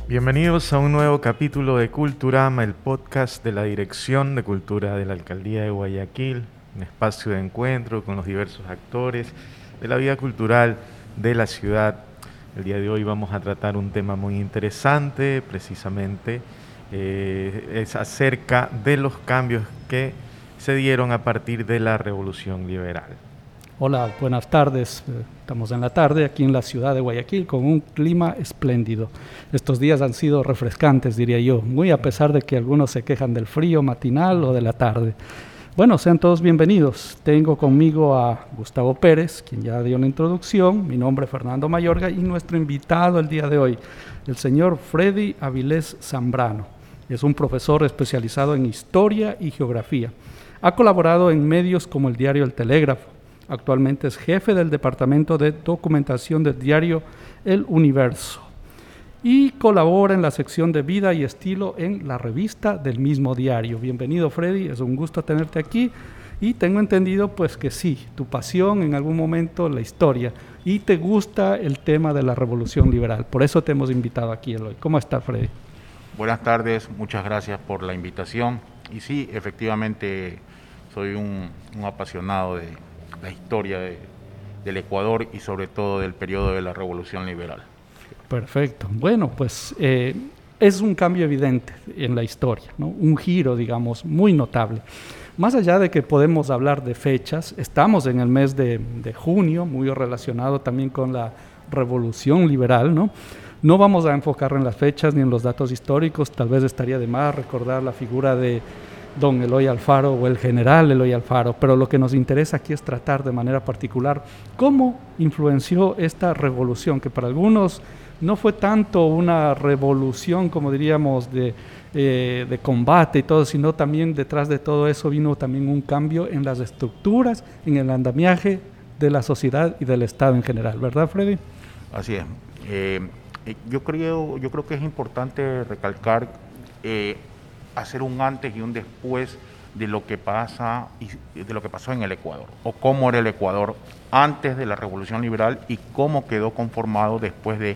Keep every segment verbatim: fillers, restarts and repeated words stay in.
Bienvenidos a un nuevo capítulo de Culturama, el podcast de la Dirección de Cultura de la Alcaldía de Guayaquil, un espacio de encuentro con los diversos actores de la vida cultural de la ciudad. El día de hoy vamos a tratar un tema muy interesante, precisamente eh, es acerca de los cambios que se dieron a partir de la Revolución Liberal. Hola, buenas tardes. Estamos en la tarde aquí en la ciudad de Guayaquil con un clima espléndido. Estos días han sido refrescantes, diría yo, muy a pesar de que algunos se quejan del frío matinal o de la tarde. Bueno, sean todos bienvenidos. Tengo conmigo a Gustavo Pérez, quien ya dio la introducción, mi nombre es Fernando Mayorga y nuestro invitado el día de hoy, el señor Freddy Avilés Zambrano. Es un profesor especializado en Historia y Geografía. Ha colaborado en medios como el diario El Telégrafo. Actualmente es jefe del Departamento de Documentación del diario El Universo y colabora en la sección de Vida y Estilo en la revista del mismo diario. Bienvenido, Freddy, es un gusto tenerte aquí y tengo entendido pues que sí, tu pasión en algún momento la historia y te gusta el tema de la Revolución Liberal, por eso te hemos invitado aquí hoy. ¿Cómo estás, Freddy? Buenas tardes, muchas gracias por la invitación y sí, efectivamente soy un, un apasionado de la historia de, del Ecuador y sobre todo del periodo de la Revolución Liberal. Perfecto. Bueno, pues eh, es un cambio evidente en la historia, ¿no? Un giro, digamos, muy notable. Más allá de que podemos hablar de fechas, estamos en el mes de, de junio, muy relacionado también con la Revolución Liberal, ¿no? No vamos a enfocar en las fechas ni en los datos históricos, tal vez estaría de más recordar la figura de don Eloy Alfaro o el general Eloy Alfaro, pero lo que nos interesa aquí es tratar de manera particular cómo influenció esta revolución, que para algunos no fue tanto una revolución, como diríamos, de, eh, de combate y todo, sino también detrás de todo eso vino también un cambio en las estructuras, en el andamiaje de la sociedad y del Estado en general, ¿verdad, Freddy? Así es. Eh, yo, creo, yo creo que es importante recalcar eh, hacer un antes y un después de lo que pasa y de lo que pasó en el Ecuador, o cómo era el Ecuador antes de la Revolución Liberal y cómo quedó conformado después de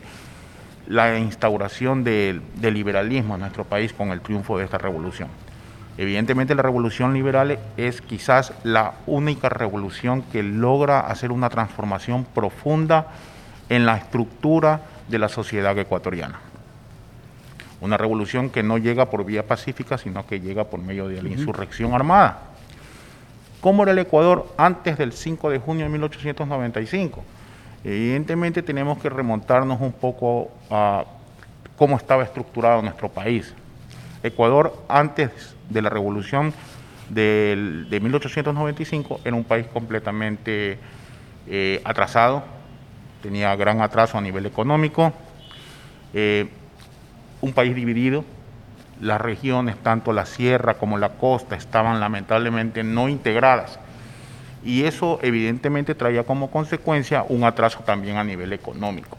la instauración del, del liberalismo en nuestro país con el triunfo de esta revolución. Evidentemente la Revolución Liberal es quizás la única revolución que logra hacer una transformación profunda en la estructura de la sociedad ecuatoriana. Una revolución que no llega por vía pacífica, sino que llega por medio de la insurrección armada. ¿Cómo era el Ecuador antes del cinco de junio de mil ochocientos noventa y cinco? Evidentemente tenemos que remontarnos un poco a cómo estaba estructurado nuestro país. Ecuador antes de la revolución de, de mil ochocientos noventa y cinco era un país completamente eh, atrasado, tenía gran atraso a nivel económico, eh, un país dividido, las regiones, tanto la sierra como la costa, estaban lamentablemente no integradas y eso evidentemente traía como consecuencia un atraso también a nivel económico.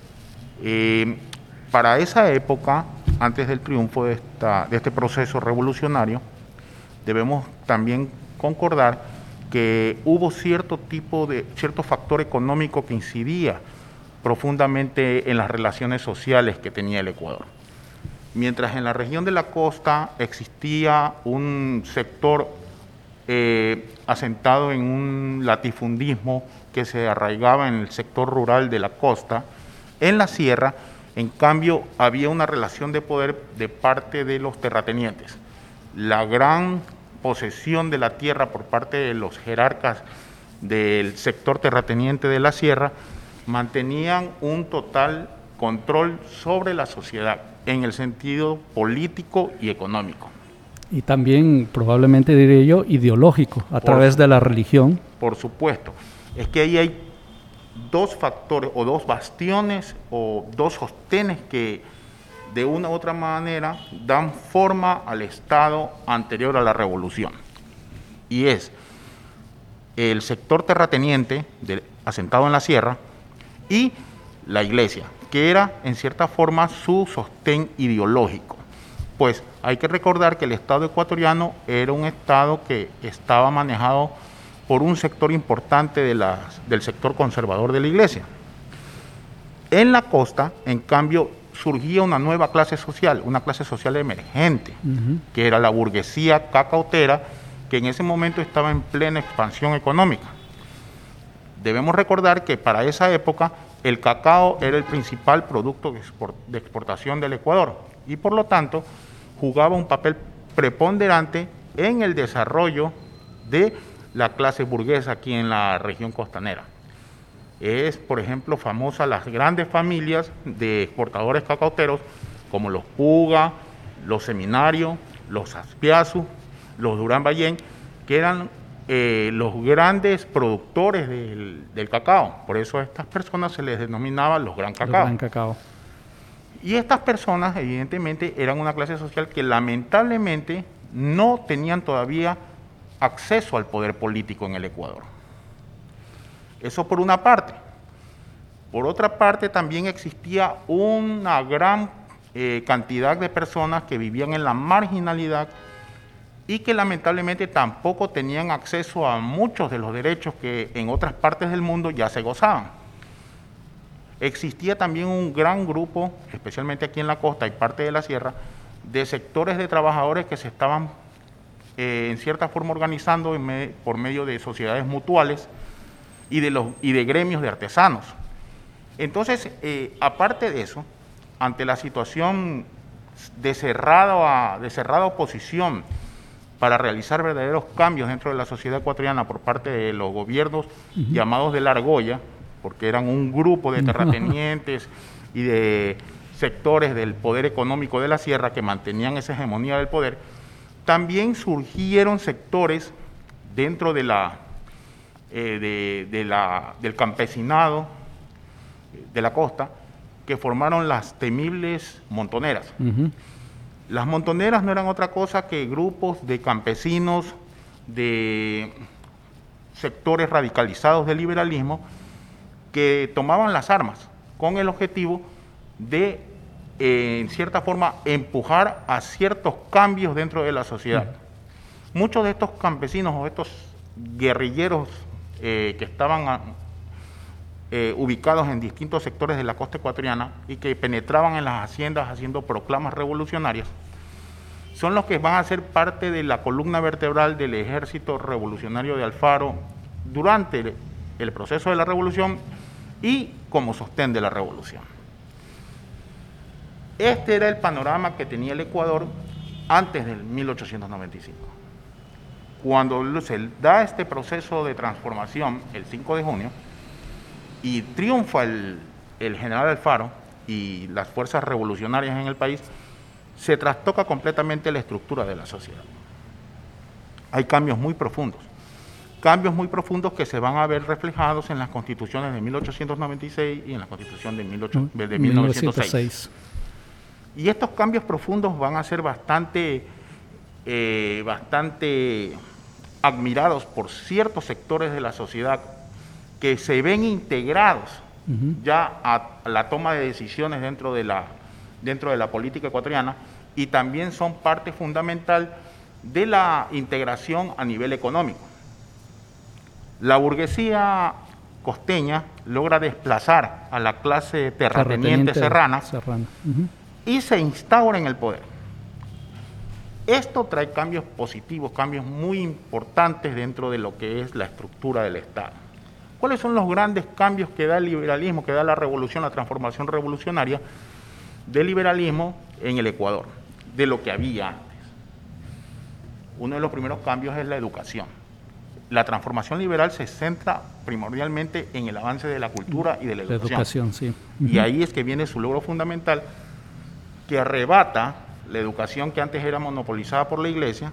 Eh, para esa época, antes del triunfo de, esta, de este proceso revolucionario, debemos también concordar que hubo cierto tipo de, cierto factor económico que incidía profundamente en las relaciones sociales que tenía el Ecuador. Mientras en la región de la costa existía un sector eh, asentado en un latifundismo que se arraigaba en el sector rural de la costa, en la sierra, en cambio, había una relación de poder de parte de los terratenientes. La gran posesión de la tierra por parte de los jerarcas del sector terrateniente de la sierra mantenían un total control sobre la sociedad en el sentido político y económico. Y también, probablemente diré yo, ideológico, a por, través de la religión. Por supuesto. Es que ahí hay dos factores, o dos bastiones, o dos sostenes que de una u otra manera dan forma al Estado anterior a la revolución. Y es el sector terrateniente de, asentado en la sierra y la iglesia, que era en cierta forma su sostén ideológico. Pues hay que recordar que el Estado ecuatoriano era un Estado que estaba manejado por un sector importante de las, del sector conservador de la iglesia. En la costa, en cambio, surgía una nueva clase social, una clase social emergente, Uh-huh. que era la burguesía cacautera, que en ese momento estaba en plena expansión económica. Debemos recordar que para esa época el cacao era el principal producto de exportación del Ecuador y por lo tanto jugaba un papel preponderante en el desarrollo de la clase burguesa aquí en la región costanera. Es, por ejemplo, famosa las grandes familias de exportadores cacauteros como los Puga, los Seminario, los Aspiazu, los Durán Ballén, que eran eh, los grandes productores del, del cacao. Por eso a estas personas se les denominaba los gran cacao. Los gran cacao. Y estas personas, evidentemente, eran una clase social que lamentablemente no tenían todavía acceso al poder político en el Ecuador. Eso por una parte. Por otra parte, también existía una gran eh, cantidad de personas que vivían en la marginalidad y que lamentablemente tampoco tenían acceso a muchos de los derechos que en otras partes del mundo ya se gozaban. Existía también un gran grupo, especialmente aquí en la costa y parte de la sierra, de sectores de trabajadores que se estaban eh, en cierta forma organizando en me, por medio de sociedades mutuales y de, los, y de gremios de artesanos. Entonces, eh, aparte de eso, ante la situación de cerrada, de cerrada oposición para realizar verdaderos cambios dentro de la sociedad ecuatoriana por parte de los gobiernos uh-huh. llamados de la argolla, porque eran un grupo de terratenientes y de sectores del poder económico de la sierra que mantenían esa hegemonía del poder, también surgieron sectores dentro de la, eh, de, de la, del campesinado de la costa que formaron las temibles montoneras. Uh-huh. Las montoneras no eran otra cosa que grupos de campesinos, de sectores radicalizados del liberalismo que tomaban las armas con el objetivo de, eh, en cierta forma, empujar a ciertos cambios dentro de la sociedad. Uh-huh. Muchos de estos campesinos o estos guerrilleros eh, que estaban a, eh, ubicados en distintos sectores de la costa ecuatoriana y que penetraban en las haciendas haciendo proclamas revolucionarias, son los que van a ser parte de la columna vertebral del ejército revolucionario de Alfaro durante el, el proceso de la revolución y como sostén de la revolución. Este era el panorama que tenía el Ecuador antes del mil ochocientos noventa y cinco. Cuando se da este proceso de transformación el cinco de junio y triunfa el, el general Alfaro y las fuerzas revolucionarias en el país, se trastoca completamente la estructura de la sociedad. Hay cambios muy profundos. Cambios muy profundos que se van a ver reflejados en las constituciones de mil ochocientos noventa y seis y en la constitución de, mil novecientos seis. Y estos cambios profundos van a ser bastante, eh, bastante admirados por ciertos sectores de la sociedad que se ven integrados uh-huh. ya a la toma de decisiones dentro de la, dentro de la política ecuatoriana y también son parte fundamental de la integración a nivel económico. La burguesía costeña logra desplazar a la clase terrateniente serrana, serrana. Uh-huh. y se instaura en el poder. Esto trae cambios positivos, cambios muy importantes dentro de lo que es la estructura del Estado. ¿Cuáles son los grandes cambios que da el liberalismo, que da la revolución, la transformación revolucionaria del liberalismo en el Ecuador, de lo que había antes? Uno de los primeros cambios es la educación. La transformación liberal se centra primordialmente en el avance de la cultura y de la educación. La educación, sí. Uh-huh. Y ahí es que viene su logro fundamental, que arrebata la educación que antes era monopolizada por la Iglesia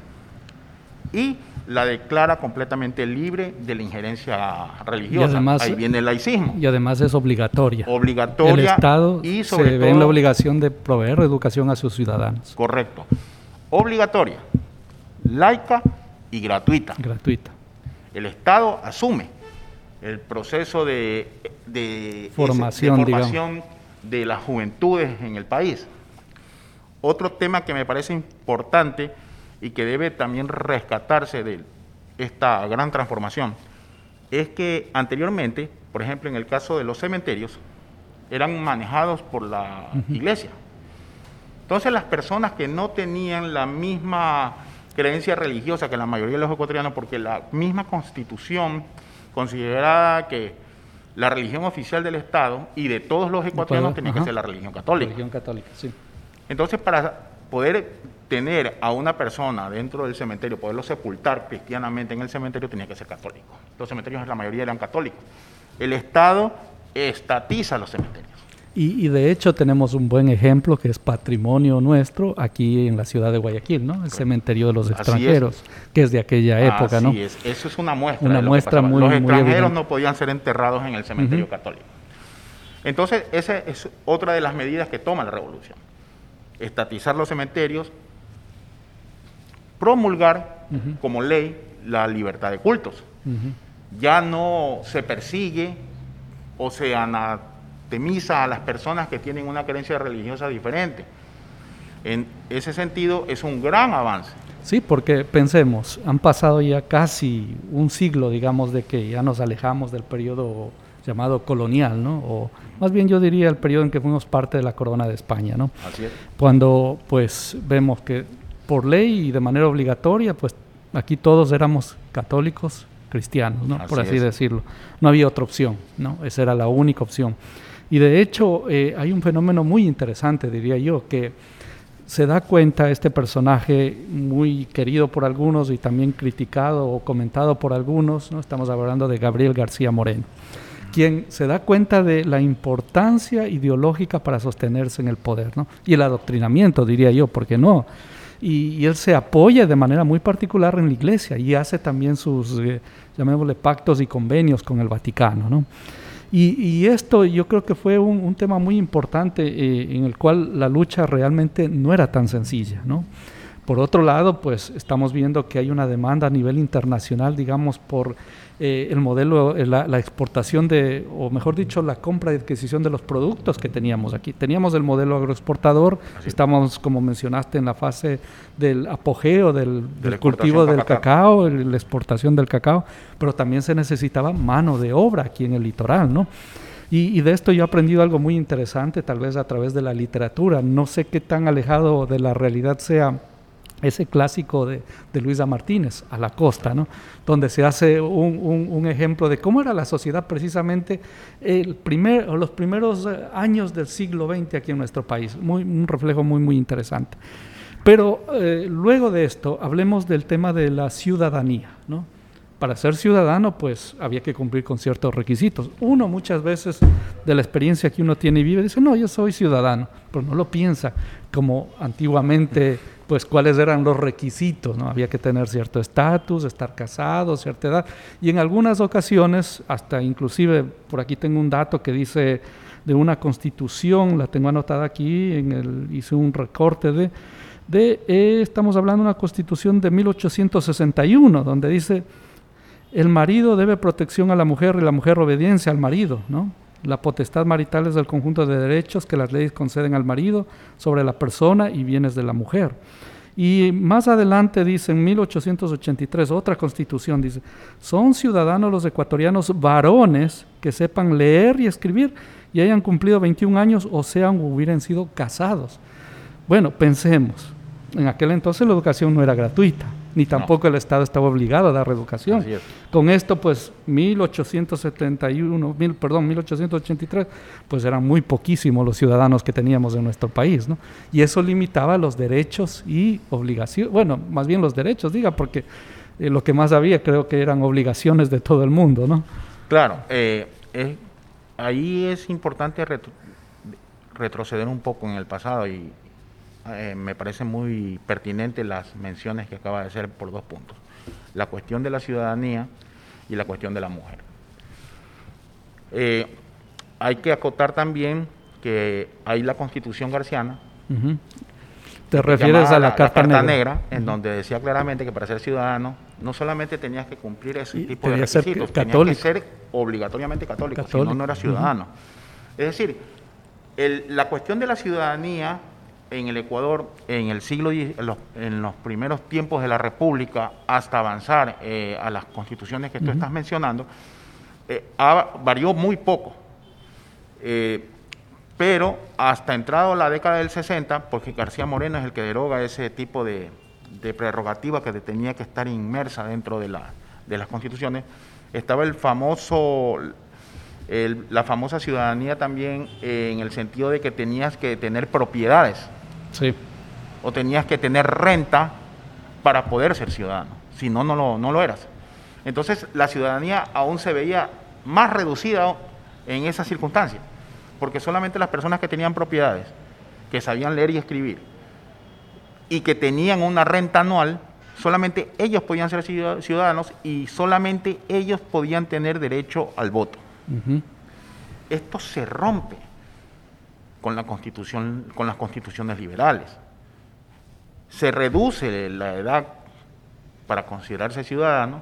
y la declara completamente libre de la injerencia religiosa. Además, ahí viene el laicismo. Y además es obligatoria. Obligatoria. El Estado y sobre se todo, ve en la obligación de proveer educación a sus ciudadanos. Correcto. Obligatoria, laica y gratuita. Gratuita. El Estado asume el proceso de, de formación, ese, de, formación de las juventudes en el país. Otro tema que me parece importante y que debe también rescatarse de esta gran transformación es que anteriormente, por ejemplo, en el caso de los cementerios, eran manejados por la uh-huh. Iglesia. Entonces las personas que no tenían la misma creencia religiosa que la mayoría de los ecuatorianos, porque la misma Constitución consideraba que la religión oficial del Estado y de todos los ecuatorianos tenía Ajá. que ser la religión católica. Religión católica, sí. Entonces, para poder tener a una persona dentro del cementerio, poderlo sepultar cristianamente en el cementerio, tenía que ser católico. Los cementerios, la mayoría eran católicos. El Estado estatiza los cementerios. Y, y de hecho tenemos un buen ejemplo que es patrimonio nuestro aquí en la ciudad de Guayaquil, ¿no? El Correcto. Cementerio de los extranjeros, es. que es de aquella época, Así ¿no? Así es, eso es una muestra. Una de lo muestra que muy Los muy extranjeros evidente. no podían ser enterrados en el cementerio uh-huh. católico. Entonces, esa es otra de las medidas que toma la revolución. Estatizar los cementerios, promulgar uh-huh. como ley la libertad de cultos. Uh-huh. Ya no se persigue o se anatemiza a las personas que tienen una creencia religiosa diferente. En ese sentido, es un gran avance. Sí, porque pensemos, han pasado ya casi un siglo, digamos, de que ya nos alejamos del periodo llamado colonial, ¿no? O más bien yo diría el periodo en que fuimos parte de la corona de España, ¿no? Así es. Cuando pues vemos que por ley y de manera obligatoria, pues aquí todos éramos católicos, cristianos, ¿no? Así por así es. decirlo. No había otra opción, ¿no? Esa era la única opción. Y de hecho eh, hay un fenómeno muy interesante, diría yo, que se da cuenta este personaje muy querido por algunos y también criticado o comentado por algunos, ¿no? Estamos hablando de Gabriel García Moreno, quien se da cuenta de la importancia ideológica para sostenerse en el poder, ¿no? Y el adoctrinamiento, diría yo, ¿por qué no? Y, y él se apoya de manera muy particular en la Iglesia y hace también sus, eh, llamémosle, pactos y convenios con el Vaticano, ¿no? Y, y esto yo creo que fue un, un tema muy importante eh, en el cual la lucha realmente no era tan sencilla, ¿no? Por otro lado, pues estamos viendo que hay una demanda a nivel internacional, digamos, por eh, el modelo, la, la exportación de, o mejor dicho, la compra y adquisición de los productos que teníamos aquí. Teníamos el modelo agroexportador, Así. estamos, como mencionaste, en la fase del apogeo del, del de cultivo del cacao, cacao, la exportación del cacao, pero también se necesitaba mano de obra aquí en el litoral, ¿no? Y, y de esto yo he aprendido algo muy interesante, tal vez a través de la literatura. No sé qué tan alejado de la realidad sea ese clásico de, de Luisa Martínez, A la costa, ¿no? Donde se hace un, un, un ejemplo de cómo era la sociedad precisamente el primer, los primeros años del siglo veinte aquí en nuestro país. Muy, un reflejo muy, muy interesante. Pero eh, luego de esto, hablemos del tema de la ciudadanía, ¿no? Para ser ciudadano, pues había que cumplir con ciertos requisitos. Uno muchas veces de la experiencia que uno tiene y vive, dice, no, yo soy ciudadano, pero no lo piensa como antiguamente, pues cuáles eran los requisitos, ¿no? Había que tener cierto estatus, estar casado, cierta edad, y en algunas ocasiones, hasta inclusive, por aquí tengo un dato que dice de una constitución, la tengo anotada aquí, en el, hice un recorte de, de eh, estamos hablando de una constitución de mil ochocientos sesenta y uno, donde dice, el marido debe protección a la mujer y la mujer obediencia al marido, ¿no? La potestad marital es el conjunto de derechos que las leyes conceden al marido sobre la persona y bienes de la mujer. Y más adelante dice, en mil ochocientos ochenta y tres, otra constitución dice, son ciudadanos los ecuatorianos varones que sepan leer y escribir y hayan cumplido veintiún años o sean o hubieran sido casados. Bueno, pensemos, en aquel entonces la educación no era gratuita, ni tampoco no. el Estado estaba obligado a dar educación. Con esto, pues, mil ochocientos setenta y uno, mil, perdón, mil ochocientos ochenta y tres, pues eran muy poquísimos los ciudadanos que teníamos en nuestro país, ¿no? Y eso limitaba los derechos y obligaciones, bueno, más bien los derechos, diga, porque eh, lo que más había creo que eran obligaciones de todo el mundo, ¿no? Claro, eh, eh, ahí es importante retro, retroceder un poco en el pasado y Eh, me parece muy pertinente las menciones que acaba de hacer por dos puntos. La cuestión de la ciudadanía y la cuestión de la mujer. Eh, hay que acotar también que hay la Constitución garciana. Uh-huh. ¿Te refieres a la, la Carta, la Carta Negra? Negra, en uh-huh. donde decía claramente que para ser ciudadano no solamente tenías que cumplir ese y tipo de requisitos, tenías que ser obligatoriamente católico, católico. Si no, no era ciudadano. Uh-huh. Es decir, el, la cuestión de la ciudadanía en el Ecuador, en el siglo diez, en los, en los primeros tiempos de la República, hasta avanzar eh, a las constituciones que tú uh-huh. estás mencionando, eh, ha, varió muy poco. Eh, Pero hasta entrado la década del sesenta, porque García Moreno es el que deroga ese tipo de, de prerrogativa que tenía que estar inmersa dentro de, la, de las constituciones, estaba el famoso, el, la famosa ciudadanía también eh, en el sentido de que tenías que tener propiedades. Sí. O tenías que tener renta para poder ser ciudadano, si no, no lo, no lo eras. Entonces la ciudadanía aún se veía más reducida en esas circunstancias, porque solamente las personas que tenían propiedades, que sabían leer y escribir, y que tenían una renta anual, solamente ellos podían ser ciudadanos y solamente ellos podían tener derecho al voto. Uh-huh. Esto se rompe con la constitución, con las constituciones liberales. Se reduce la edad para considerarse ciudadano,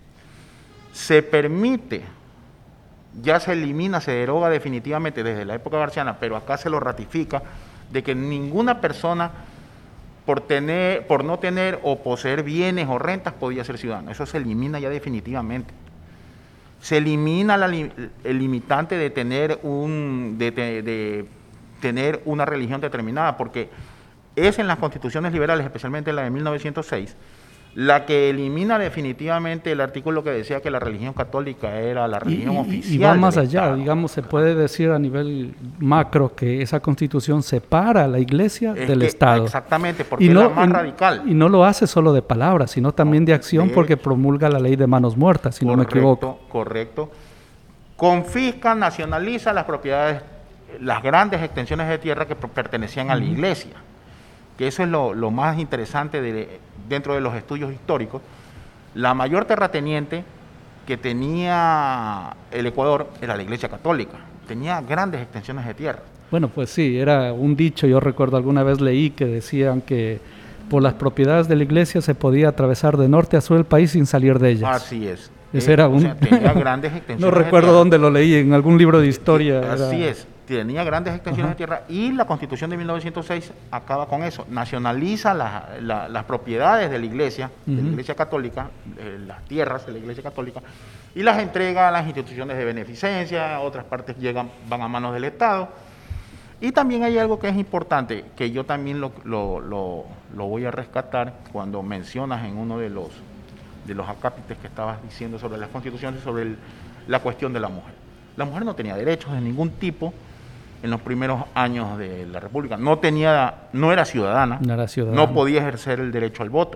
se permite, ya se elimina, se deroga definitivamente desde la época garciana, pero acá se lo ratifica, de que ninguna persona por tener, por no tener o poseer bienes o rentas podía ser ciudadano. Eso se elimina ya definitivamente. Se elimina la, el limitante de tener un de, de, de tener una religión determinada, porque es en las constituciones liberales, especialmente la de mil novecientos seis, la que elimina definitivamente el artículo que decía que la religión católica era la religión y, y, oficial. Y va más del allá, Estado. Digamos, se puede decir a nivel macro que esa constitución separa a la iglesia es del que, Estado. Exactamente, porque y no, es la más y, radical. Y no lo hace solo de palabras, sino también no, de acción, de porque hecho. promulga la ley de manos muertas, si correcto, no me equivoco. Correcto. Confisca, nacionaliza las propiedades, las grandes extensiones de tierra que pertenecían a la iglesia. Que eso es lo, lo más interesante de, dentro de los estudios históricos. La mayor terrateniente que tenía el Ecuador era la Iglesia Católica, tenía grandes extensiones de tierra. Bueno, pues sí, era un dicho, yo recuerdo alguna vez leí que decían que por las propiedades de la iglesia se podía atravesar de norte a sur el país sin salir de ellas. Así es. Ese eh, era o un... sea, tenía grandes extensiones no recuerdo de dónde lo leí, en algún libro de historia. Así era... es, tenía grandes extensiones Ajá. de tierra y la Constitución de mil novecientos seis acaba con eso, nacionaliza la, la, las propiedades de la Iglesia, uh-huh. de la Iglesia Católica, eh, las tierras de la Iglesia Católica, y las entrega a las instituciones de beneficencia, otras partes llegan, van a manos del Estado. Y también hay algo que es importante, que yo también lo, lo, lo, lo voy a rescatar cuando mencionas en uno de los, de los acápites que estabas diciendo sobre las constituciones, sobre el, la cuestión de la mujer. La mujer no tenía derechos de ningún tipo en los primeros años de la República. No tenía, no era ciudadana, no era ciudadana. No podía ejercer el derecho al voto.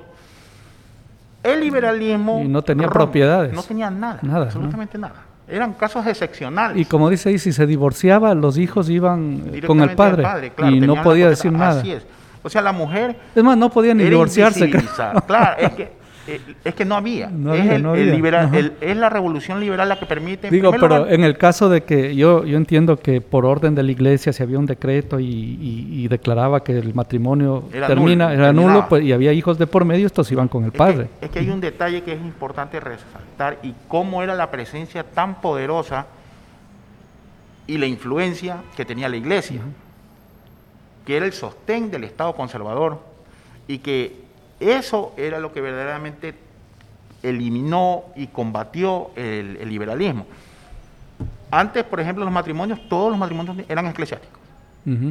El liberalismo... Y no tenía rom, propiedades. No tenía nada, nada absolutamente ¿no? nada. Eran casos excepcionales. Y como dice ahí, si se divorciaba, los hijos iban con el padre, padre claro, y no podía decir nada. Así es. O sea, la mujer... Es más, no podía ni divorciarse. Claro, es que... Es que no había. No es, había, el, no había. El liberal, el, es la revolución liberal la que permite... Digo, en pero lugar, en el caso de que yo, yo entiendo que por orden de la iglesia, si había un decreto y, y, y declaraba que el matrimonio era termina, nulo, era terminaba. nulo, pues, y había hijos de por medio, estos iban con el es padre. Que, es que hay un detalle que es importante resaltar y cómo era la presencia tan poderosa y la influencia que tenía la iglesia, uh-huh. que era el sostén del Estado conservador y que eso era lo que verdaderamente eliminó y combatió el, el liberalismo. Antes, por ejemplo, los matrimonios, todos los matrimonios eran eclesiásticos. Uh-huh.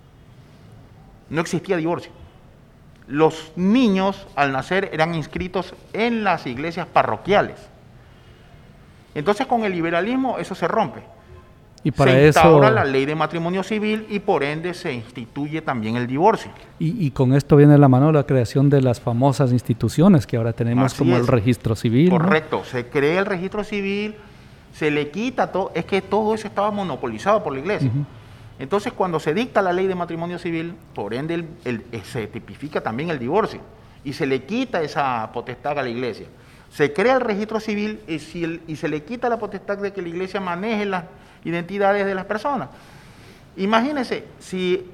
No existía divorcio. Los niños, al nacer, eran inscritos en las iglesias parroquiales. Entonces, con el liberalismo, eso se rompe. Y para se instaura eso... la ley de matrimonio civil y por ende se instituye también el divorcio. Y, y con esto viene la mano la creación de las famosas instituciones que ahora tenemos, Así como es. el registro civil. Correcto, ¿no? Se crea el registro civil, se le quita todo, es que todo eso estaba monopolizado por la iglesia. Uh-huh. Entonces cuando se dicta la ley de matrimonio civil, por ende el, el, se tipifica también el divorcio y se le quita esa potestad a la iglesia. Se crea el registro civil y, si el, y se le quita la potestad de que la iglesia maneje las identidades de las personas. Imagínense si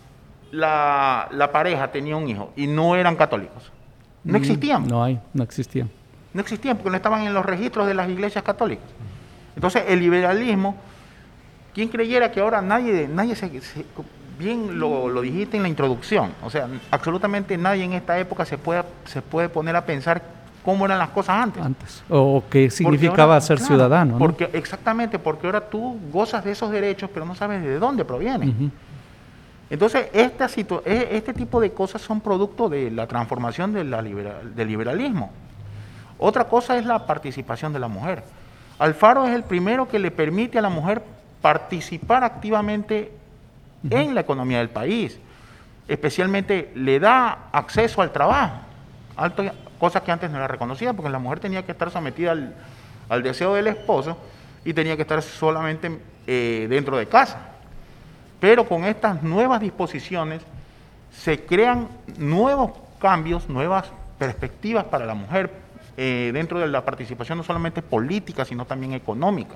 la, la pareja tenía un hijo y no eran católicos. No existían. No hay, no existían. No existían porque no estaban en los registros de las iglesias católicas. Entonces el liberalismo, ¿quién creyera que ahora nadie, nadie se, se bien lo, lo dijiste en la introducción, o sea, absolutamente nadie en esta época se puede, se puede poner a pensar cómo eran las cosas antes. Antes. O qué significaba ahora, ser claro, ciudadano, ¿no? Porque, exactamente, porque ahora tú gozas de esos derechos, pero no sabes de dónde provienen. Uh-huh. Entonces, esta situ- este tipo de cosas son producto de la transformación de la liberal, del liberalismo. Otra cosa es la participación de la mujer. Alfaro es el primero que le permite a la mujer participar activamente uh-huh. en la economía del país. Especialmente le da acceso al trabajo, alto, cosa que antes no era reconocida, porque la mujer tenía que estar sometida al, al deseo del esposo y tenía que estar solamente eh, dentro de casa. Pero con estas nuevas disposiciones se crean nuevos cambios, nuevas perspectivas para la mujer eh, dentro de la participación no solamente política, sino también económica.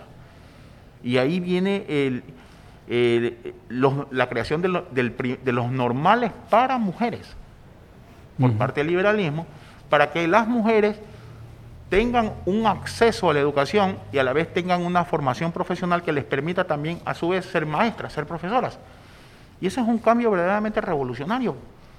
Y ahí viene el, el, los, la creación de, lo, del, de los normales para mujeres por uh-huh. parte del liberalismo, para que las mujeres tengan un acceso a la educación y a la vez tengan una formación profesional que les permita también a su vez ser maestras, ser profesoras. Y ese es un cambio verdaderamente revolucionario.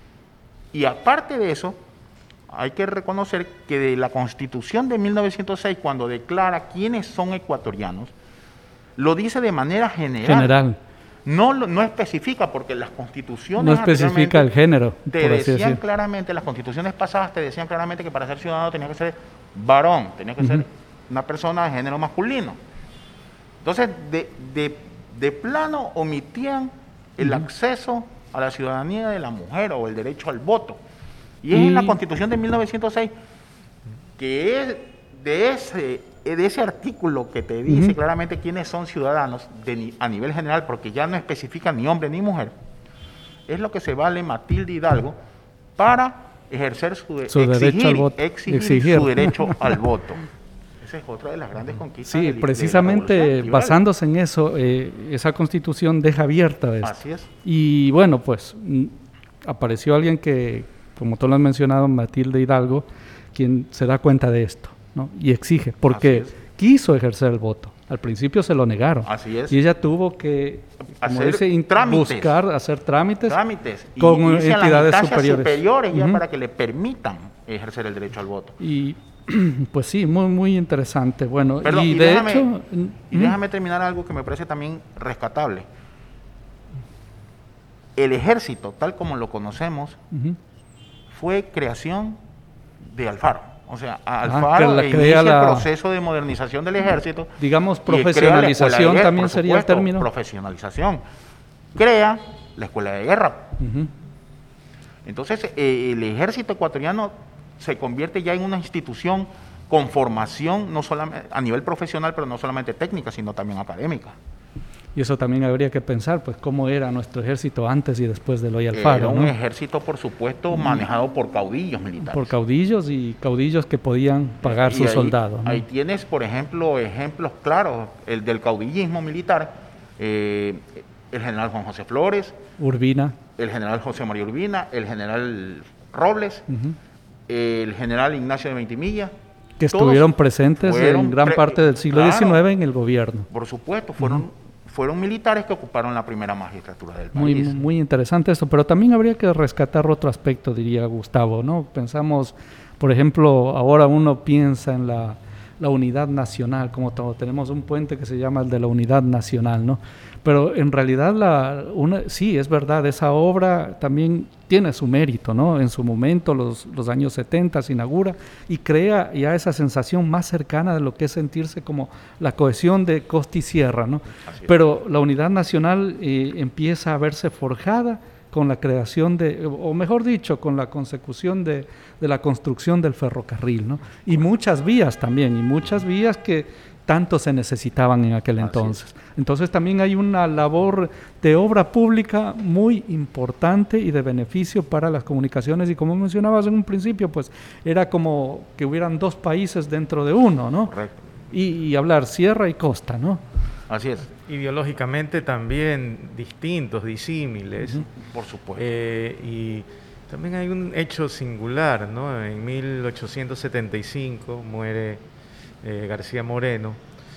Y aparte de eso, hay que reconocer que de la Constitución de mil novecientos seis, cuando declara quiénes son ecuatorianos, lo dice de manera general. General. No, no especifica, porque las constituciones... No especifica el género. Te decían claramente, las constituciones pasadas te decían claramente que para ser ciudadano tenía que ser varón, tenía que uh-huh. ser una persona de género masculino. Entonces, de, de, de plano omitían el uh-huh. acceso a la ciudadanía de la mujer o el derecho al voto. Y es y... en la Constitución de mil novecientos seis que es de ese, de ese artículo que te dice uh-huh. claramente quiénes son ciudadanos de, a nivel general, porque ya no especifica ni hombre ni mujer, es lo que se vale Matilde Hidalgo para ejercer su, de, su exigir, derecho al voto. Exigir, exigir su derecho al voto. Esa es otra de las grandes conquistas. Sí, de, precisamente de la basándose en eso, eh, esa Constitución deja abierta esto. Así es. Y bueno, pues m- apareció alguien que, como tú lo has mencionado, Matilde Hidalgo, quien se da cuenta de esto, ¿no? Y exige, porque quiso ejercer el voto. Al principio se lo negaron. Así es. Y ella tuvo que hacer dice, trámites, buscar, hacer trámites, trámites y con entidades superiores, superiores ya uh-huh. para que le permitan ejercer el derecho al voto. Y pues sí, muy muy interesante. Bueno, Perdón, y, y de déjame, hecho, y ¿hmm? déjame terminar algo que me parece también rescatable. El ejército, tal como lo conocemos, uh-huh. fue creación de Alfaro. O sea, Alfaro ah, inicia la, el proceso de modernización del ejército. Digamos, profesionalización guerra, también sería supuesto, el término. Profesionalización. Crea la escuela de guerra. Uh-huh. Entonces, eh, el ejército ecuatoriano se convierte ya en una institución con formación no solamente a nivel profesional, pero no solamente técnica, sino también académica. Y eso también habría que pensar, pues, cómo era nuestro ejército antes y después de Eloy Alfaro. Era un ¿no? ejército, por supuesto, manejado por caudillos militares. Por caudillos y caudillos que podían pagar y sus ahí, soldados. ¿no? Ahí tienes, por ejemplo, ejemplos claros, el del caudillismo militar, eh, el general Juan José Flores, Urbina, el general José María Urbina, el general Robles, uh-huh. el general Ignacio de Ventimilla. Que estuvieron presentes en gran pre- parte del siglo claro, diecinueve en el gobierno. Por supuesto, fueron... Uh-huh. Fueron militares que ocuparon la primera magistratura del muy, país. Muy interesante esto, pero también habría que rescatar otro aspecto, diría Gustavo, ¿no? Pensamos, por ejemplo, ahora uno piensa en la, la unidad nacional, como todo, tenemos un puente que se llama el de la unidad nacional, ¿no? Pero en realidad, la, una, sí, es verdad, esa obra también tiene su mérito, ¿no? En su momento, los, los años setenta, se inaugura y crea ya esa sensación más cercana de lo que es sentirse como la cohesión de costa y sierra, ¿no? Pero la unidad nacional eh, empieza a verse forjada con la creación de, o mejor dicho, con la consecución de, de la construcción del ferrocarril, ¿no? Y muchas vías también, y muchas vías que tanto se necesitaban en aquel entonces. Así es. Entonces también hay una labor de obra pública muy importante y de beneficio para las comunicaciones, y como mencionabas en un principio, pues era como que hubieran dos países dentro de uno, ¿no? Correcto. Y, y hablar sierra y costa, ¿no? Así es. Ideológicamente también distintos, disímiles. Uh-huh. Por supuesto. Eh, y también hay un hecho singular, ¿no? En mil ochocientos setenta y cinco muere eh, García Moreno.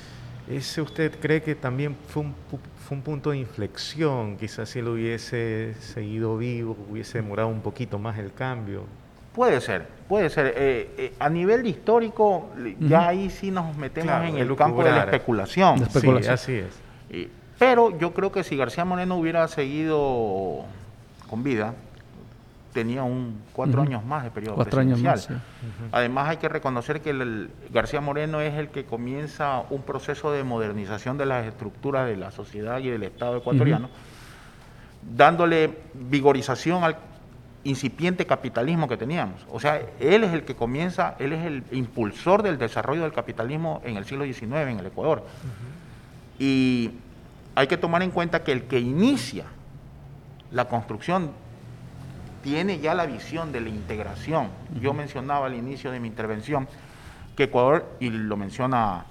¿Ese usted cree que también fue un, fue un punto de inflexión? Quizás si él hubiese seguido vivo, hubiese demorado un poquito más el cambio. Puede ser, puede ser. Eh, eh, a nivel histórico, uh-huh. ya ahí sí nos metemos claro, en el, el campo de la especulación. De especulación. Sí, así es. Eh, pero yo creo que si García Moreno hubiera seguido con vida, tenía un cuatro uh-huh. años más de periodo cuatro presidencial. Años más, sí. uh-huh. Además hay que reconocer que el, el García Moreno es el que comienza un proceso de modernización de las estructuras de la sociedad y del Estado ecuatoriano, uh-huh. dándole vigorización al incipiente capitalismo que teníamos. O sea, él es el que comienza, él es el impulsor del desarrollo del capitalismo en el siglo diecinueve en el Ecuador. Uh-huh. Y hay que tomar en cuenta que el que inicia la construcción tiene ya la visión de la integración. Uh-huh. Yo mencionaba al inicio de mi intervención que Ecuador, y lo menciona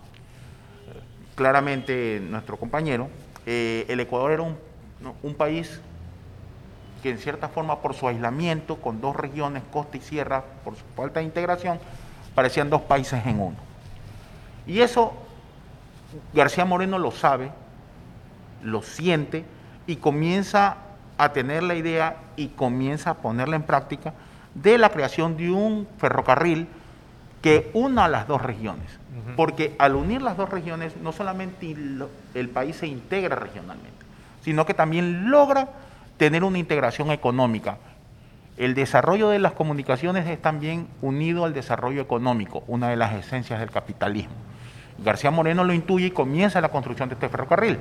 claramente nuestro compañero, eh, el Ecuador era un, un país que en cierta forma por su aislamiento, con dos regiones, costa y sierra, por su falta de integración, parecían dos países en uno. Y eso García Moreno lo sabe, lo siente y comienza a tener la idea y comienza a ponerla en práctica de la creación de un ferrocarril que una las dos regiones. Uh-huh. Porque al unir las dos regiones, no solamente el país se integra regionalmente, sino que también logra tener una integración económica. El desarrollo de las comunicaciones es también unido al desarrollo económico, una de las esencias del capitalismo. García Moreno lo intuye y comienza la construcción de este ferrocarril.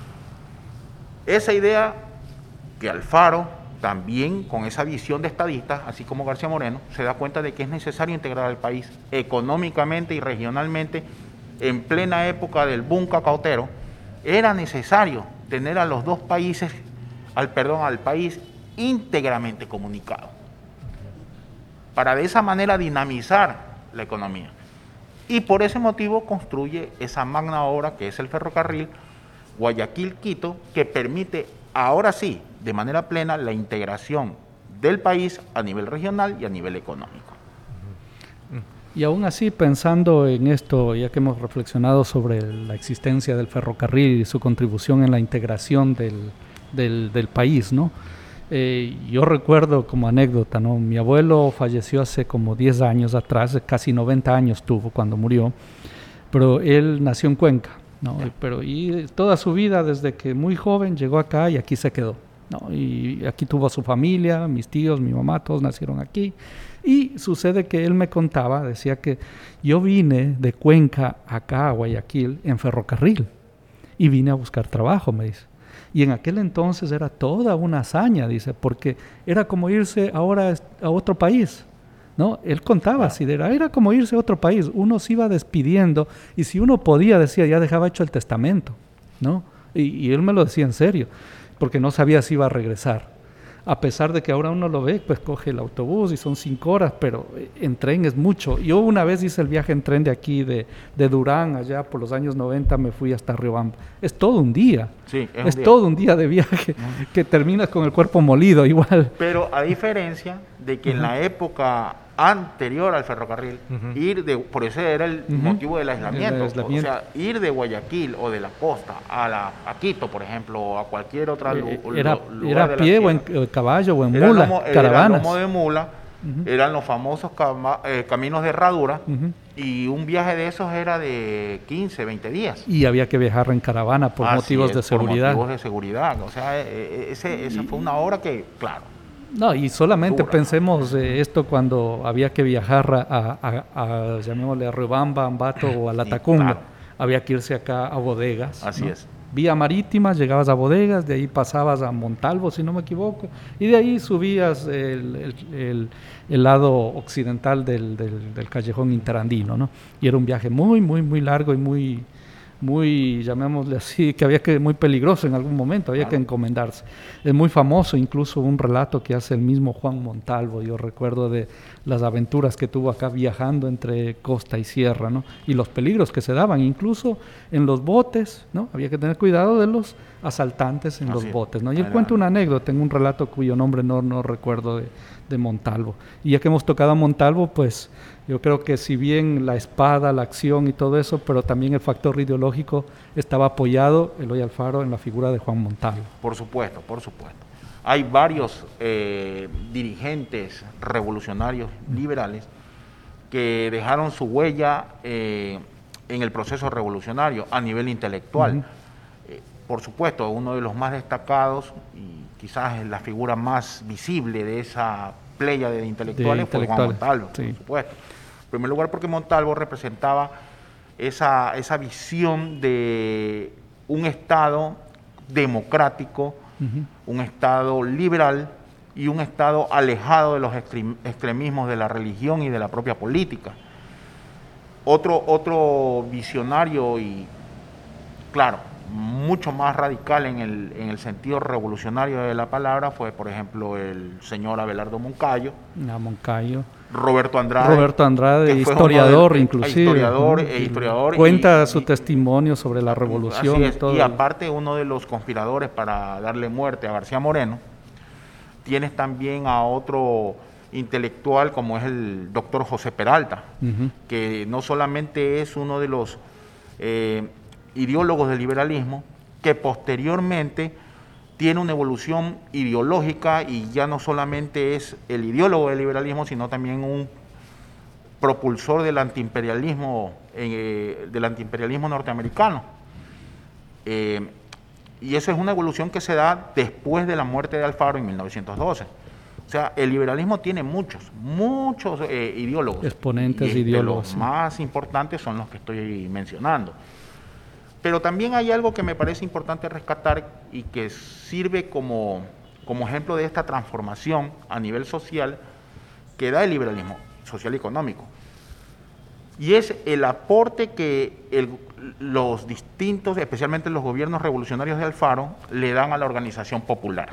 Esa idea que Alfaro, también con esa visión de estadista, así como García Moreno, se da cuenta de que es necesario integrar al país económicamente y regionalmente. En plena época del boom cacautero, era necesario tener a los dos países al perdón al país íntegramente comunicado para de esa manera dinamizar la economía, y por ese motivo construye esa magna obra que es el ferrocarril Guayaquil-Quito, que permite ahora sí de manera plena la integración del país a nivel regional y a nivel económico. Y aún así, pensando en esto, ya que hemos reflexionado sobre la existencia del ferrocarril y su contribución en la integración del Del, del país, ¿no? Eh, yo recuerdo como anécdota, ¿no? Mi abuelo falleció hace como diez años atrás, casi noventa años tuvo cuando murió, pero él nació en Cuenca, ¿no? Y, pero y toda su vida, desde que muy joven llegó acá y aquí se quedó, ¿no? Y aquí tuvo a su familia, mis tíos, mi mamá, todos nacieron aquí. Y sucede que él me contaba, decía que yo vine de Cuenca acá a Guayaquil en ferrocarril y vine a buscar trabajo, me dice. Y en aquel entonces era toda una hazaña, dice, porque era como irse ahora a otro país, ¿no? Él contaba así, era, era como irse a otro país, uno se iba despidiendo y si uno podía, decía, ya dejaba hecho el testamento, ¿no? Y, y él me lo decía en serio, porque no sabía si iba a regresar. A pesar de que ahora uno lo ve, pues coge el autobús y son cinco horas, pero en tren es mucho. Yo una vez hice el viaje en tren de aquí, de, de Durán, allá por los años noventa, me fui hasta Riobamba. Es todo un día. Sí, es, es un día. todo un día de viaje, uh-huh. que terminas con el cuerpo molido igual. Pero a diferencia de que uh-huh. en la época anterior al ferrocarril, uh-huh. ir de, por eso era el uh-huh. motivo del aislamiento, el aislamiento, o sea, ir de Guayaquil o de la costa a, la, a Quito, por ejemplo, o a cualquier otra lu, era, lugar era de a pie o en eh, caballo o en era mula, lomo, caravanas. Era lomo de mula, uh-huh. eran los famosos cama, eh, caminos de herradura, uh-huh. y un viaje de esos era de quince, veinte días. Y había que viajar en caravana por Así motivos es, de seguridad. Por motivos de seguridad, o sea, eh, ese, esa y, fue una obra que, claro. No, y solamente dura. Pensemos eh, esto cuando había que viajar a, a, a, a llamémosle a Riobamba, Ambato o a La Tacunga. Claro. Había que irse acá a bodegas. Así ¿no? es. Vía marítima, llegabas a bodegas, de ahí pasabas a Montalvo, si no me equivoco, y de ahí subías el, el, el, el lado occidental del, del, del callejón interandino, ¿no? Y era un viaje muy, muy, muy largo y muy, muy, llamémosle así, que había que, muy peligroso en algún momento, había claro. que encomendarse. Es muy famoso incluso un relato que hace el mismo Juan Montalvo, yo recuerdo de las aventuras que tuvo acá viajando entre costa y sierra, ¿no? Y los peligros que se daban, incluso en los botes, ¿no? Había que tener cuidado de los asaltantes en Así los botes, ¿no? Y él Era... cuenta una anécdota en un relato cuyo nombre no, no recuerdo de, de Montalvo. Y ya que hemos tocado a Montalvo, pues yo creo que si bien la espada, la acción y todo eso, pero también el factor ideológico estaba apoyado, Eloy Alfaro, en la figura de Juan Montalvo. Por supuesto, por supuesto. hay varios eh, dirigentes revolucionarios liberales que dejaron su huella eh, en el proceso revolucionario a nivel intelectual. Uh-huh. eh, por supuesto, uno de los más destacados y quizás la figura más visible de esa pléyade de intelectuales, de intelectuales. fue Juan Montalvo, sí. por supuesto. En primer lugar porque Montalvo representaba esa, esa visión de un Estado democrático, uh-huh. un Estado liberal y un Estado alejado de los extremismos de la religión y de la propia política. Otro, otro visionario y, claro, mucho más radical en el, en el sentido revolucionario de la palabra fue, por ejemplo, el señor Abelardo Moncayo. Ah, Moncayo. Roberto Andrade. Roberto Andrade, historiador, de, inclusive. Historiador e historiador. Cuenta y, su y, testimonio sobre la revolución. Es, y, todo. y aparte, uno de los conspiradores para darle muerte a García Moreno. Tienes también a otro intelectual como es el doctor José Peralta, uh-huh. que no solamente es uno de los eh, ideólogos del liberalismo, que posteriormente tiene una evolución ideológica y ya no solamente es el ideólogo del liberalismo, sino también un propulsor del antiimperialismo, eh, del antiimperialismo norteamericano. Eh, y eso es una evolución que se da después de la muerte de Alfaro en mil novecientos doce. O sea, el liberalismo tiene muchos, muchos eh, ideólogos. Exponentes ideólogos. Los sí. más importantes son los que estoy mencionando. Pero también hay algo que me parece importante rescatar y que sirve como, como ejemplo de esta transformación a nivel social que da el liberalismo social y económico. Y es el aporte que el, los distintos, especialmente los gobiernos revolucionarios de Alfaro, le dan a la organización popular.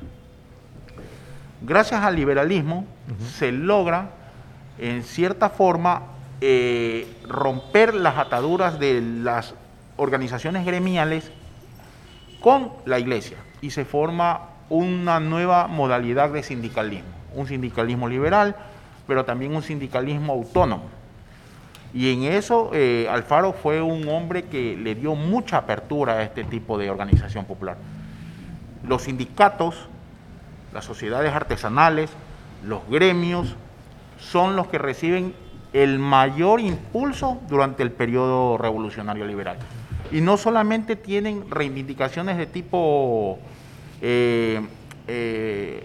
Gracias al liberalismo uh-huh. se logra, en cierta forma, eh, romper las ataduras de las organizaciones gremiales con la iglesia y se forma una nueva modalidad de sindicalismo, un sindicalismo liberal, pero también un sindicalismo autónomo. Y en eso eh, Alfaro fue un hombre que le dio mucha apertura a este tipo de organización popular. Los sindicatos, las sociedades artesanales, los gremios, son los que reciben el mayor impulso durante el periodo revolucionario liberal. Y no solamente tienen reivindicaciones de tipo eh, eh,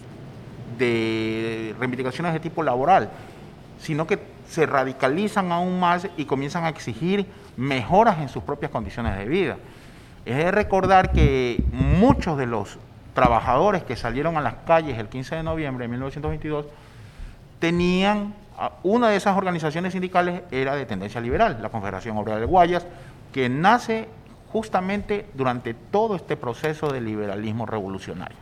de reivindicaciones de tipo laboral, sino que se radicalizan aún más y comienzan a exigir mejoras en sus propias condiciones de vida. Es de recordar que muchos de los trabajadores que salieron a las calles el quince de noviembre de mil novecientos veintidós tenían, una de esas organizaciones sindicales era de tendencia liberal, la Confederación Obrera de Guayas, que nace justamente durante todo este proceso de liberalismo revolucionario.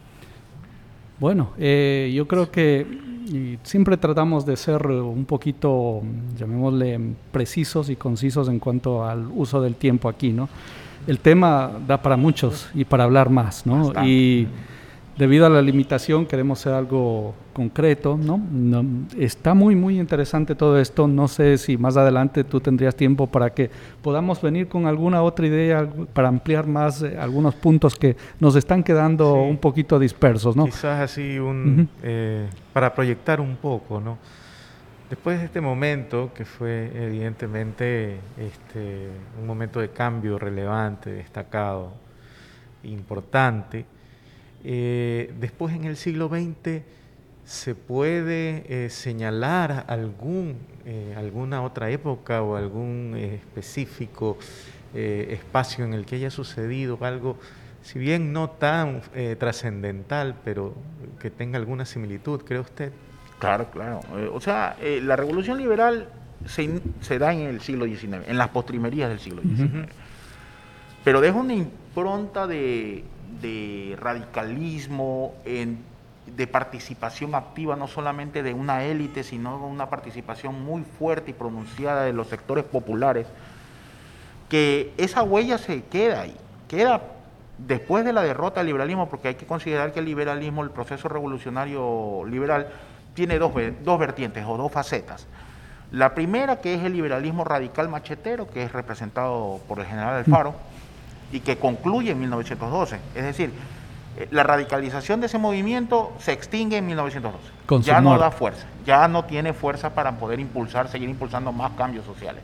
Bueno, eh, yo creo que y siempre tratamos de ser un poquito, llamémosle, precisos y concisos en cuanto al uso del tiempo aquí, ¿no? El tema da para muchos y para hablar más, ¿no? Bastante. Y debido a la limitación queremos hacer algo concreto, ¿no? No, está muy, muy interesante todo esto. No sé si más adelante tú tendrías tiempo para que podamos venir con alguna otra idea para ampliar más eh, algunos puntos que nos están quedando sí. un poquito dispersos, ¿no? Quizás así un, uh-huh. eh, para proyectar un poco, ¿no? Después de este momento, que fue evidentemente este, un momento de cambio relevante, destacado, importante, eh, después en el siglo veinte se puede eh, señalar algún, eh, alguna otra época o algún eh, específico eh, espacio en el que haya sucedido algo, si bien no tan eh, trascendental, pero que tenga alguna similitud, ¿cree usted? Claro, claro. Eh, o sea, eh, la revolución liberal se, se da en el siglo diecinueve, en las postrimerías del siglo diecinueve. Uh-huh. Pero deja una impronta de, de radicalismo, en, de participación activa, no solamente de una élite, sino de una participación muy fuerte y pronunciada de los sectores populares, que esa huella se queda ahí, queda después de la derrota del liberalismo, porque hay que considerar que el liberalismo, el proceso revolucionario liberal, tiene dos, dos vertientes o dos facetas. La primera, que es el liberalismo radical machetero, que es representado por el general Alfaro, y que concluye en mil novecientos doce. Es decir, eh, la radicalización de ese movimiento se extingue en mil novecientos doce. Con ya su no muerte. da fuerza, ya no tiene fuerza para poder impulsar, seguir impulsando más cambios sociales.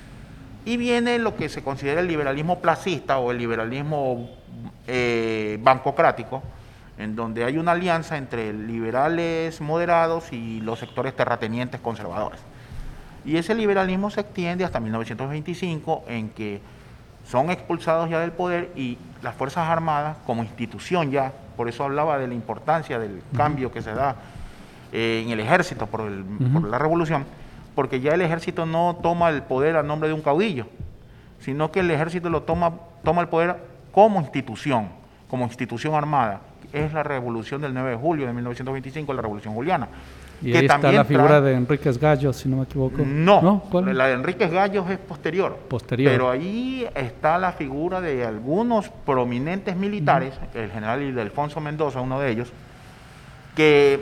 Y viene lo que se considera el liberalismo placista o el liberalismo eh, bancocrático, en donde hay una alianza entre liberales moderados y los sectores terratenientes conservadores. Y ese liberalismo se extiende hasta mil novecientos veinticinco, en que son expulsados ya del poder y las Fuerzas Armadas como institución ya, por eso hablaba de la importancia del uh-huh. cambio que se da eh, en el ejército por, el, uh-huh. por la revolución, porque ya el ejército no toma el poder a nombre de un caudillo, sino que el ejército lo toma, toma el poder como institución, como institución armada. Es la revolución del nueve de julio de mil novecientos veinticinco, la Revolución Juliana. Y que ahí está la figura trae... de Enríquez Gallos, si no me equivoco. No, ¿No? ¿Cuál? La de Enríquez Gallos es posterior. Posterior. Pero ahí está la figura de algunos prominentes militares, uh-huh. el general Ildefonso Mendoza, uno de ellos, que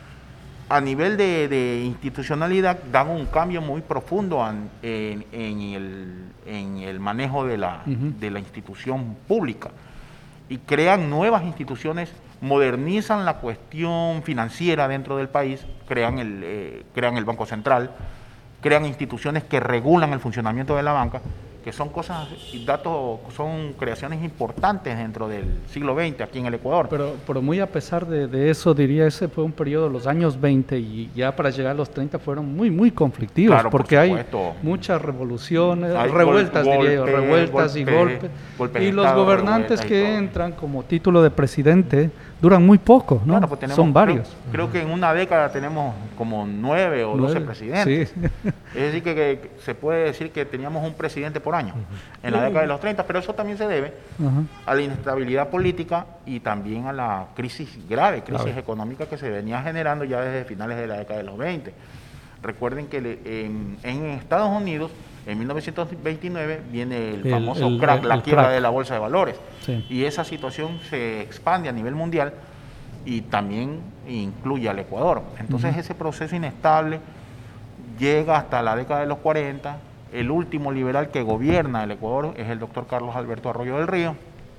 a nivel de, de institucionalidad dan un cambio muy profundo en, en, en, el, en el manejo de la, uh-huh. de la institución pública y crean nuevas instituciones, modernizan la cuestión financiera dentro del país, crean el, eh, crean el Banco Central, crean instituciones que regulan el funcionamiento de la banca, que son cosas y datos, son creaciones importantes dentro del siglo veinte aquí en el Ecuador. Pero, pero muy a pesar de, de eso, diría, ese fue un periodo de los años veinte y ya para llegar a los treinta fueron muy, muy conflictivos, claro, porque por hay muchas revoluciones, hay revueltas, gol, diría yo, golpe, revueltas golpe, y golpes, golpe y los estado, gobernantes que entran como título de presidente duran muy poco, ¿no? Claro, pues tenemos, son varios. Creo, creo que en una década tenemos como nueve o doce presidentes. Sí. Es decir, que, que se puede decir que teníamos un presidente por año uh-huh. en la década de los treinta, pero eso también se debe uh-huh. a la inestabilidad política y también a la crisis grave, crisis claro. económica que se venía generando ya desde finales de la década de los veinte. Recuerden que en, en Estados Unidos, en mil novecientos veintinueve, viene el, el famoso el, crack, el, la el quiebra crack. de la bolsa de valores. Sí. Y esa situación se expande a nivel mundial y también incluye al Ecuador. Entonces uh-huh. ese proceso inestable llega hasta la década de los cuarenta. El último liberal que gobierna el Ecuador es el doctor Carlos Alberto Arroyo del Río,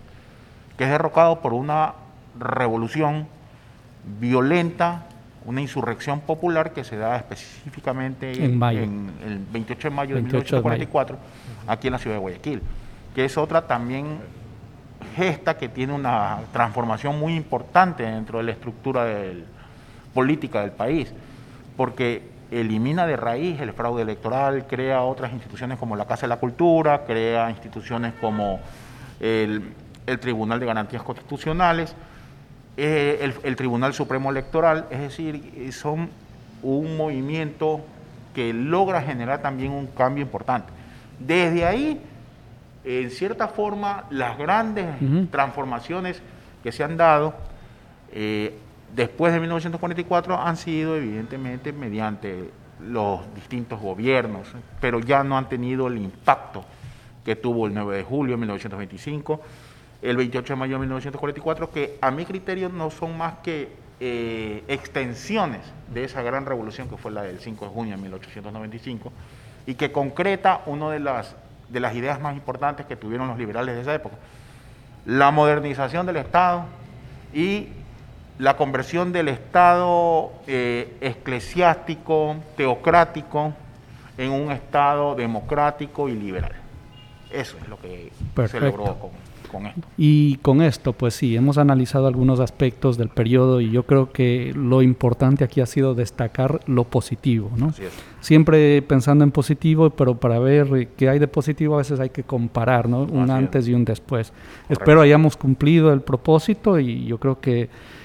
que es derrocado por una revolución violenta, una insurrección popular que se da específicamente en, mayo. en el veintiocho de mayo de mil novecientos cuarenta y cuatro, aquí en la ciudad de Guayaquil, que es otra también gesta que tiene una transformación muy importante dentro de la estructura del, política del país, porque elimina de raíz el fraude electoral, crea otras instituciones como la Casa de la Cultura, crea instituciones como el, el Tribunal de Garantías Constitucionales, eh, el, el Tribunal Supremo Electoral, es decir, son un movimiento que logra generar también un cambio importante. Desde ahí, en cierta forma, las grandes uh-huh. transformaciones que se han dado eh, después de mil novecientos cuarenta y cuatro han sido evidentemente mediante los distintos gobiernos, pero ya no han tenido el impacto que tuvo el nueve de julio de mil novecientos veinticinco, el veintiocho de mayo de mil novecientos cuarenta y cuatro, que a mi criterio no son más que eh, extensiones de esa gran revolución que fue la del cinco de junio de mil ochocientos noventa y cinco y que concreta una de las, de las ideas más importantes que tuvieron los liberales de esa época, la modernización del Estado y la conversión del Estado eh, eclesiástico, teocrático, en un Estado democrático y liberal. Eso es lo que Perfecto. se logró con, con esto. Y con esto, pues sí, hemos analizado algunos aspectos del periodo y yo creo que lo importante aquí ha sido destacar lo positivo, ¿no? Así es. Siempre pensando en positivo, pero para ver qué hay de positivo a veces hay que comparar, ¿no? Un Así antes es. y un después. Correcto. Espero hayamos cumplido el propósito y yo creo que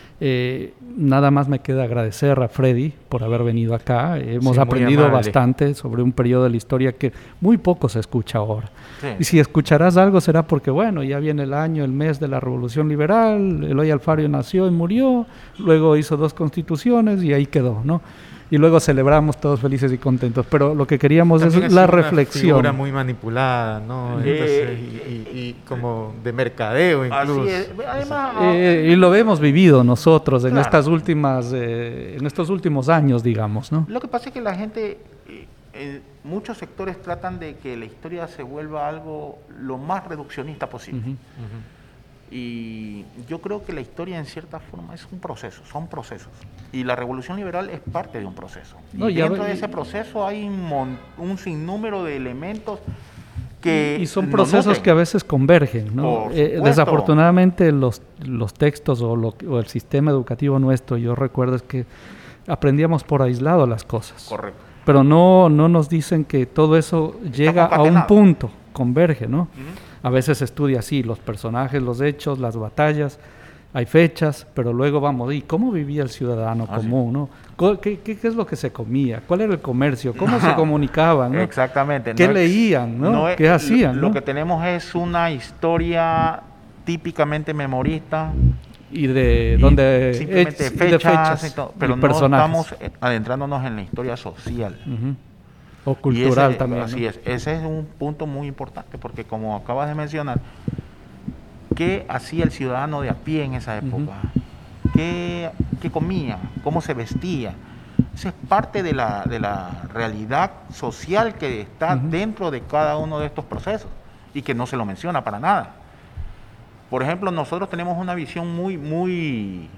Eh, nada más me queda agradecer a Freddy por haber venido acá. Hemos sí, aprendido bastante sobre un periodo de la historia que muy poco se escucha ahora. Sí. Y si escucharás algo será porque, bueno, ya viene el año, el mes de la Revolución Liberal, Eloy Alfaro nació y murió, luego hizo dos constituciones y ahí quedó, ¿no? Y luego celebramos todos felices y contentos, pero lo que queríamos También es la reflexión. Una figura muy manipulada, ¿no? Entonces, y, y, y como de mercadeo incluso. Así es. Además, eh, y lo hemos vivido nosotros en claro. estas últimas, eh, en estos últimos años, digamos, ¿no? Lo que pasa es que la gente, eh, en muchos sectores tratan de que la historia se vuelva algo lo más reduccionista posible. Uh-huh, uh-huh. Y yo creo que la historia en cierta forma es un proceso, son procesos. Y la revolución liberal es parte de un proceso. No, y ya dentro ve- de ese proceso hay un, mon- un sinnúmero de elementos que Y son nos procesos nutren. que a veces convergen, ¿no? Por Eh, supuesto. desafortunadamente los, los textos o, lo, o el sistema educativo nuestro, yo recuerdo es que aprendíamos por aislado las cosas. Correcto. Pero no, no nos dicen que todo eso llega a un concatenado. punto, converge, ¿no? Ujú. A veces se estudia así, los personajes, los hechos, las batallas, hay fechas, pero luego vamos, ¿y cómo vivía el ciudadano Ah, sí. común, no? Co- ¿Qué, qué, qué es lo que se comía? ¿Cuál era el comercio? ¿Cómo se comunicaban, no? Exactamente. ¿Qué No es- leían, no? es- ¿Qué hacían, Lo no? que tenemos es una historia típicamente memorista. Y de y donde simplemente hech- y fechas, de fechas y todo, y pero no personajes. estamos eh, adentrándonos en la historia social. Ujú. O Y cultural ese- también, Así ¿no? es, ese es un punto muy importante, porque como acabas de mencionar, ¿qué hacía el ciudadano de a pie en esa época? ¿Qué, qué comía? ¿Cómo se vestía? Eso es parte de la, de la realidad social que está Ujú. dentro de cada uno de estos procesos y que no se lo menciona para nada. Por ejemplo, nosotros tenemos una visión muy, muy,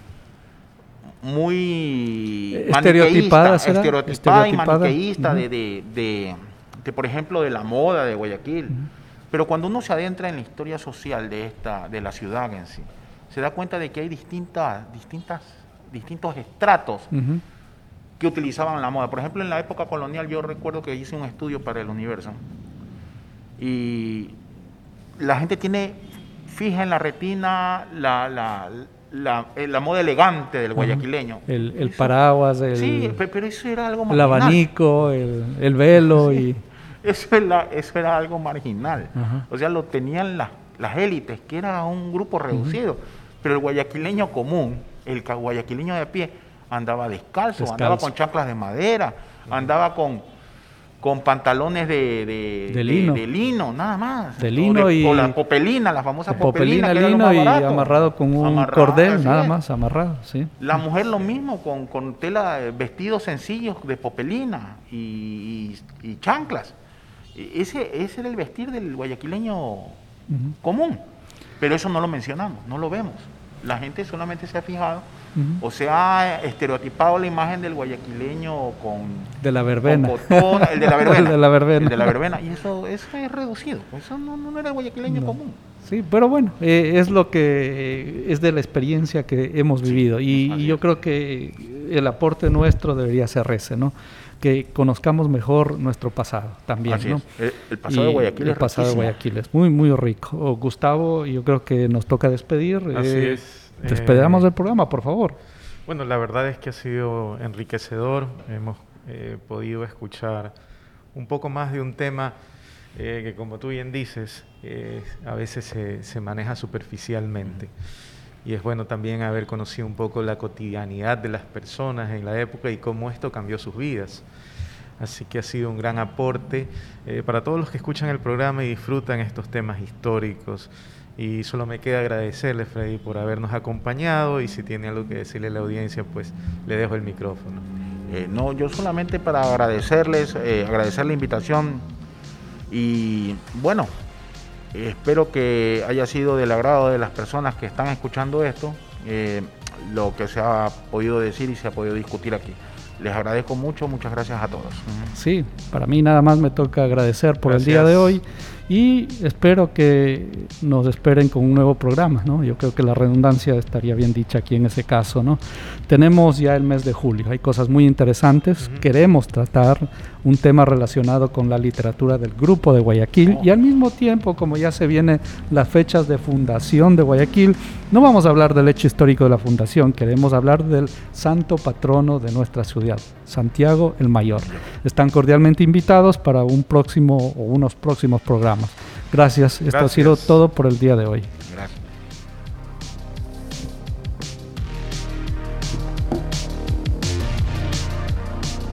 muy Estereotipada, maniqueísta, ¿será? estereotipada y Estereotipada. maniqueísta Ujú. de, de, de, de, por ejemplo, de la moda de Guayaquil. Pero cuando uno se adentra en la historia social de esta, de la ciudad en sí, se da cuenta de que hay distintas, distintas, distintos estratos Ujú. que utilizaban la moda. Por ejemplo, en la época colonial yo recuerdo que hice un estudio para el Universo y la gente tiene fija en la retina la, la, la, eh, la moda elegante del guayaquileño. El, el Eso- paraguas, el, Sí, pe- pero eso era algo el marginal. abanico, el, el velo Sí. y... Eso era, eso era algo marginal. Ajá. O sea, lo tenían las, las élites, que era un grupo reducido. Pero el guayaquileño común, el ca- guayaquileño de a pie, andaba descalzo, Descalzo. andaba con chanclas de madera, andaba con, con pantalones de, de, De lino. de lino, nada más. De O lino y- O la popelina, la famosa de popelina, popelina, que era lo lino más y barato. amarrado con un Amarrado, cordel, así nada es. más, amarrado, sí. La mujer lo mismo, con, con tela, eh, vestidos sencillos de popelina y, y- y chanclas. E- Ese, ese era el vestir del guayaquileño Ujú. común, pero eso no lo mencionamos, no lo vemos. La gente solamente se ha fijado Ujú. o se ha estereotipado la imagen del guayaquileño con, De la verbena. con cotón, el de la verbena. El de la verbena. El de la verbena, y eso, eso es reducido, eso no, no era el guayaquileño No. común. Sí, pero bueno, eh, es lo que eh, es de la experiencia que hemos Sí, vivido y, así y yo es. creo que el aporte nuestro debería ser ese, ¿no? Que conozcamos mejor nuestro pasado también, Así ¿no? es. El, el pasado de Y Guayaquil el es pasado de riquísimo. Guayaquil es muy, muy rico. Oh, Gustavo, yo creo que nos toca despedir. Así eh, es. Despedamos Eh, del programa, por favor. Bueno, la verdad es que ha sido enriquecedor. Hemos eh, podido escuchar un poco más de un tema eh, que, como tú bien dices, eh, a veces se, se maneja superficialmente. Y es bueno también haber conocido un poco la cotidianidad de las personas en la época y cómo esto cambió sus vidas. Así que ha sido un gran aporte eh, para todos los que escuchan el programa y disfrutan estos temas históricos. Y solo me queda agradecerle, Freddy, por habernos acompañado, y si tiene algo que decirle a la audiencia, pues le dejo el micrófono. Eh, no, yo solamente para agradecerles, eh, agradecer la invitación y bueno, eh, espero que haya sido del agrado de las personas que están escuchando esto, eh, lo que se ha podido decir y se ha podido discutir aquí. Les agradezco mucho, muchas gracias a todos. Sí, para mí nada más me toca agradecer por Gracias. el día de hoy y espero que nos esperen con un nuevo programa, ¿no? Yo creo que la redundancia estaría bien dicha aquí en ese caso, ¿no? Tenemos ya el mes de julio, hay cosas muy interesantes, Ujú. queremos tratar un tema relacionado con la literatura del Grupo de Guayaquil Oh. y al mismo tiempo, como ya se vienen las fechas de fundación de Guayaquil, no vamos a hablar del hecho histórico de la fundación, queremos hablar del santo patrono de nuestra ciudad, Santiago el Mayor. Están cordialmente invitados para un próximo o unos próximos programas. Gracias, esto ha sido Gracias. todo por el día de hoy.